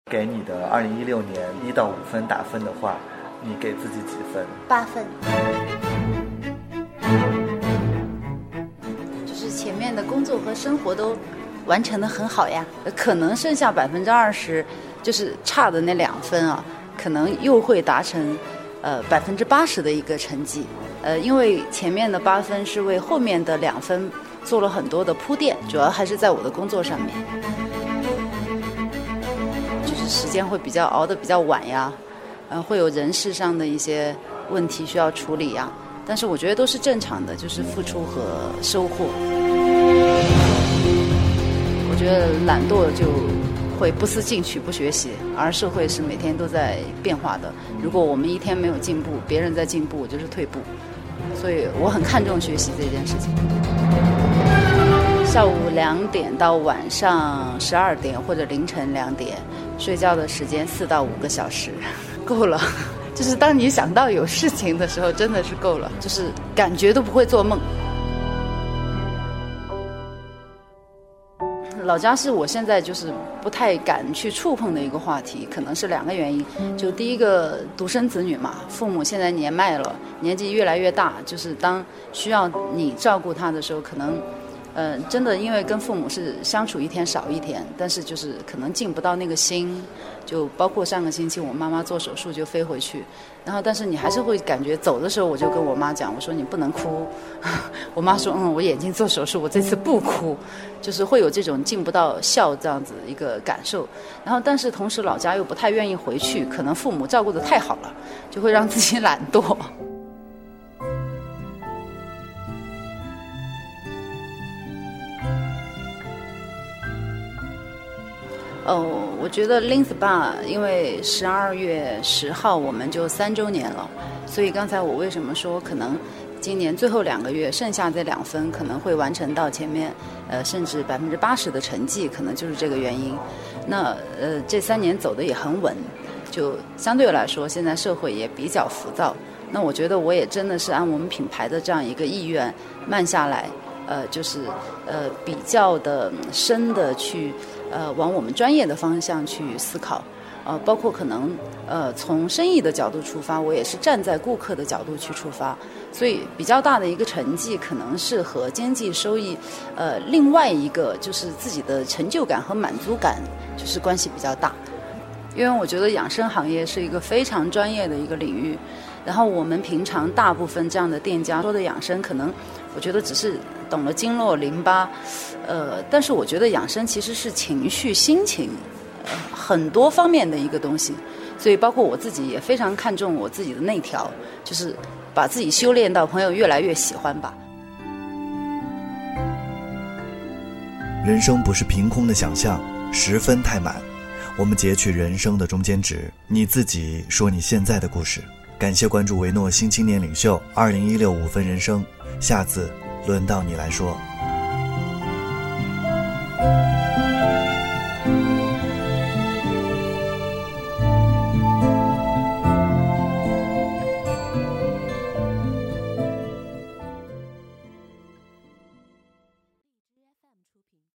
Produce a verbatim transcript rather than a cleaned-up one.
给你的二零一六年一到五分打分的话，你给自己几分？ 八分。就是前面的工作和生活都完成得很好呀，可能剩下百分之二十，就是差的那两分啊，可能又会达成呃百分之八十的一个成绩。呃，因为前面的八分是为后面的两分做了很多的铺垫，主要还是在我的工作上面，就是时间会比较熬得比较晚呀，呃，会有人事上的一些问题需要处理呀，但是我觉得都是正常的，就是付出和收获。我觉得懒惰就会不思进取不学习，而社会是每天都在变化的，如果我们一天没有进步，别人在进步，我就是退步，所以我很看重学习这件事情。下午两点到晚上十二点或者凌晨两点，睡觉的时间四到五个小时，够了。就是当你想到有事情的时候，真的是够了，就是感觉都不会做梦。老家是我现在就是不太敢去触碰的一个话题，可能是两个原因。就第一个，独生子女嘛，父母现在年迈了，年纪越来越大，就是当需要你照顾他的时候，可能呃，真的因为跟父母是相处一天少一天，但是就是可能尽不到那个心。就包括上个星期我妈妈做手术就飞回去，然后但是你还是会感觉走的时候，我就跟我妈讲，我说你不能哭。我妈说嗯，我眼睛做手术，我这次不哭，就是会有这种尽不到孝这样子一个感受。然后但是同时老家又不太愿意回去，可能父母照顾得太好了，就会让自己懒惰。哦，我觉得 Lin Spa 因为十二月十号我们就三周年了，所以刚才我为什么说可能今年最后两个月剩下这两分可能会完成到前面呃甚至百分之八十的成绩，可能就是这个原因。那呃这三年走得也很稳，就相对来说现在社会也比较浮躁，那我觉得我也真的是按我们品牌的这样一个意愿慢下来，呃就是呃比较的深的去呃，往我们专业的方向去思考，呃，包括可能呃从生意的角度出发，我也是站在顾客的角度去出发，所以比较大的一个成绩可能是和经济收益，呃，另外一个就是自己的成就感和满足感就是关系比较大，因为我觉得养生行业是一个非常专业的一个领域，然后我们平常大部分这样的店家说的养生，可能我觉得只是懂了经络淋巴，呃，但是我觉得养生其实是情绪、心情，呃，很多方面的一个东西。所以包括我自己也非常看重我自己的内调，就是把自己修炼到朋友越来越喜欢吧。 人生不是凭空的想象，十分太满。我们截取人生的中间值，你自己说你现在的故事。感谢关注维诺新青年领袖二零一六五分人生，下次轮到你来说。